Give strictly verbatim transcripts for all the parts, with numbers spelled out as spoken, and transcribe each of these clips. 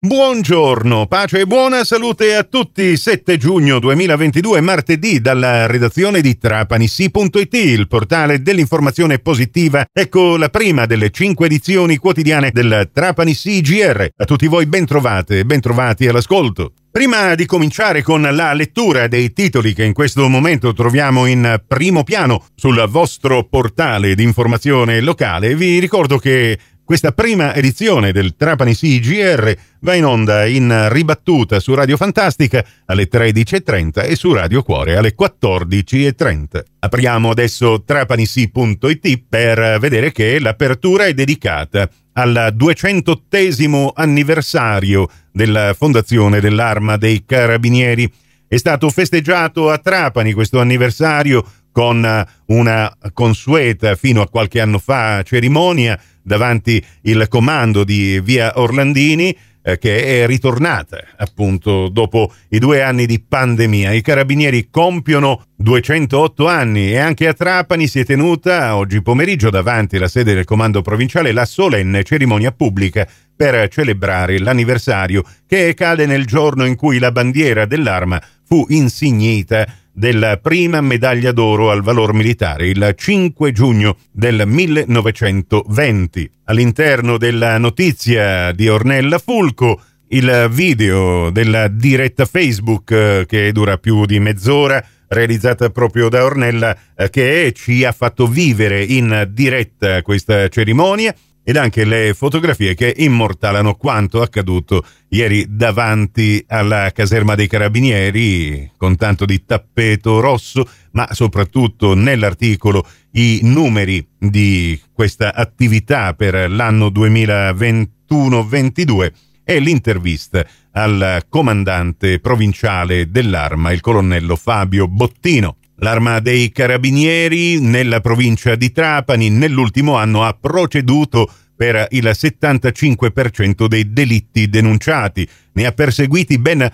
Buongiorno, pace e buona salute a tutti. sette giugno duemilaventidue, martedì, dalla redazione di Trapanisi punto it, il portale dell'informazione positiva. Ecco la prima delle cinque edizioni quotidiane del Trapanisi G R. A tutti voi ben trovate e ben trovati all'ascolto. Prima di cominciare con la lettura dei titoli che in questo momento troviamo in primo piano sul vostro portale di informazione locale, vi ricordo che questa prima edizione del Trapanisi G R va in onda in ribattuta su Radio Fantastica alle tredici e trenta e su Radio Cuore alle quattordici e trenta. Apriamo adesso Trapanisi punto it per vedere che l'apertura è dedicata al duecentottesimo anniversario della fondazione dell'Arma dei Carabinieri. È stato festeggiato a Trapani questo anniversario con una consueta, fino a qualche anno fa, cerimonia davanti il comando di Via Orlandini, eh, che è ritornata appunto dopo i due anni di pandemia. I carabinieri compiono duecentootto anni e anche a Trapani si è tenuta oggi pomeriggio davanti alla sede del comando provinciale la solenne cerimonia pubblica per celebrare l'anniversario che cade nel giorno in cui la bandiera dell'Arma fu insignita della prima medaglia d'oro al valor militare il cinque giugno del millenovecentoventi. All'interno della notizia di Ornella Fulco, il video della diretta Facebook che dura più di mezz'ora, realizzata proprio da Ornella, che ci ha fatto vivere in diretta questa cerimonia, ed anche le fotografie che immortalano quanto accaduto ieri davanti alla caserma dei Carabinieri, con tanto di tappeto rosso, ma soprattutto nell'articolo i numeri di questa attività per l'anno duemilaventuno ventidue e l'intervista al comandante provinciale dell'Arma, il colonnello Fabio Bottino. L'Arma dei Carabinieri nella provincia di Trapani nell'ultimo anno ha proceduto per il settantacinque per cento dei delitti denunciati, ne ha perseguiti ben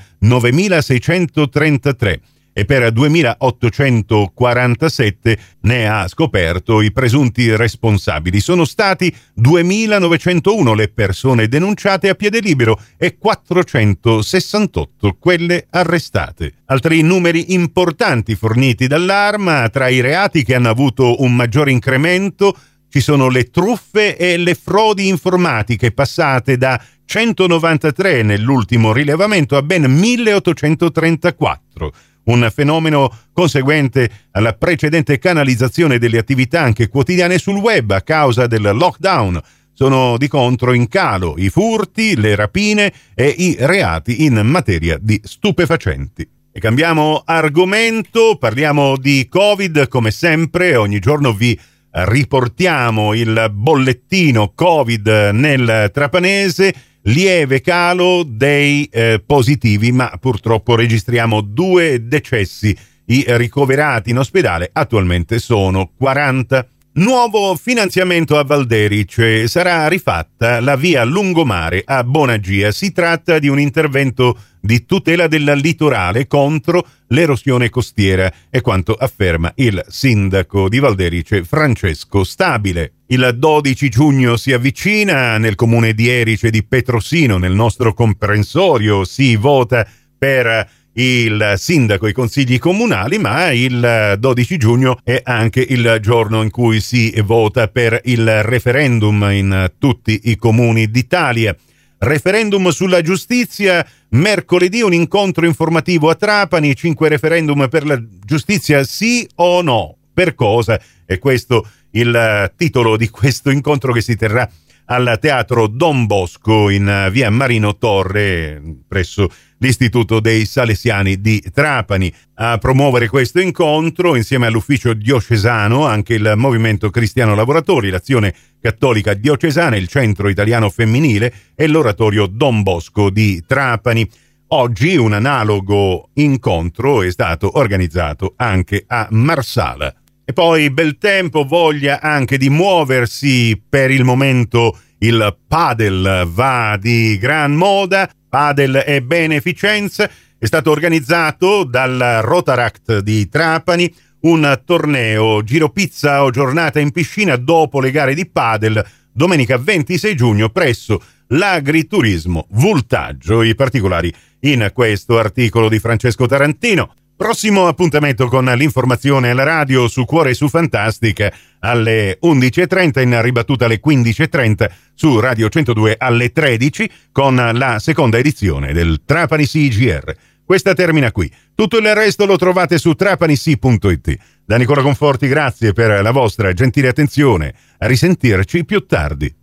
novemilaseicentotrentatré e per duemilaottocentoquarantasette ne ha scoperto i presunti responsabili. Sono stati duemilanovecentouno le persone denunciate a piede libero e quattrocentosessantotto quelle arrestate. Altri numeri importanti forniti dall'Arma: tra i reati che hanno avuto un maggiore incremento ci sono le truffe e le frodi informatiche, passate da centonovantatré nell'ultimo rilevamento a ben milleottocentotrentaquattro. Un fenomeno conseguente alla precedente canalizzazione delle attività anche quotidiane sul web a causa del lockdown. Sono di contro in calo i furti, le rapine e i reati in materia di stupefacenti. E cambiamo argomento, parliamo di Covid. Come sempre, ogni giorno vi riportiamo il bollettino Covid nel trapanese. Lieve calo dei eh, positivi, ma purtroppo registriamo due decessi. I ricoverati in ospedale attualmente sono quaranta. Nuovo finanziamento a Valderice. Sarà rifatta la via lungomare a Bonagia. Si tratta di un intervento di tutela del litorale contro l'erosione costiera, è quanto afferma il sindaco di Valderice Francesco Stabile. Il dodici giugno si avvicina. Nel comune di Erice di Petrosino, nel nostro comprensorio, si vota per il sindaco e i consigli comunali, ma il dodici giugno è anche il giorno in cui si vota per il referendum in tutti i comuni d'Italia. Referendum sulla giustizia, mercoledì un incontro informativo a Trapani, cinque referendum per la giustizia, sì o no? Per cosa? È questo il titolo di questo incontro che si terrà al Teatro Don Bosco in via Marino Torre, presso l'Istituto dei Salesiani di Trapani. A promuovere questo incontro, insieme all'ufficio diocesano, anche il Movimento Cristiano Lavoratori, l'Azione Cattolica Diocesana, il Centro Italiano Femminile e l'Oratorio Don Bosco di Trapani. Oggi un analogo incontro è stato organizzato anche a Marsala. E poi bel tempo, voglia anche di muoversi. Per il momento il padel va di gran moda. Padel e beneficenza. È stato organizzato dal Rotaract di Trapani un torneo giro pizza o giornata in piscina dopo le gare di padel domenica ventisei giugno presso l'agriturismo, voltaggio, i particolari in questo articolo di Francesco Tarantino. Prossimo appuntamento con l'informazione alla radio su Cuore e su Fantastica alle undici e trenta, in ribattuta alle quindici e trenta su Radio centodue alle tredici con la seconda edizione del Trapani C G R. Questa termina qui. Tutto il resto lo trovate su trapanisi punto it. Da Nicola Conforti grazie per la vostra gentile attenzione. A risentirci più tardi.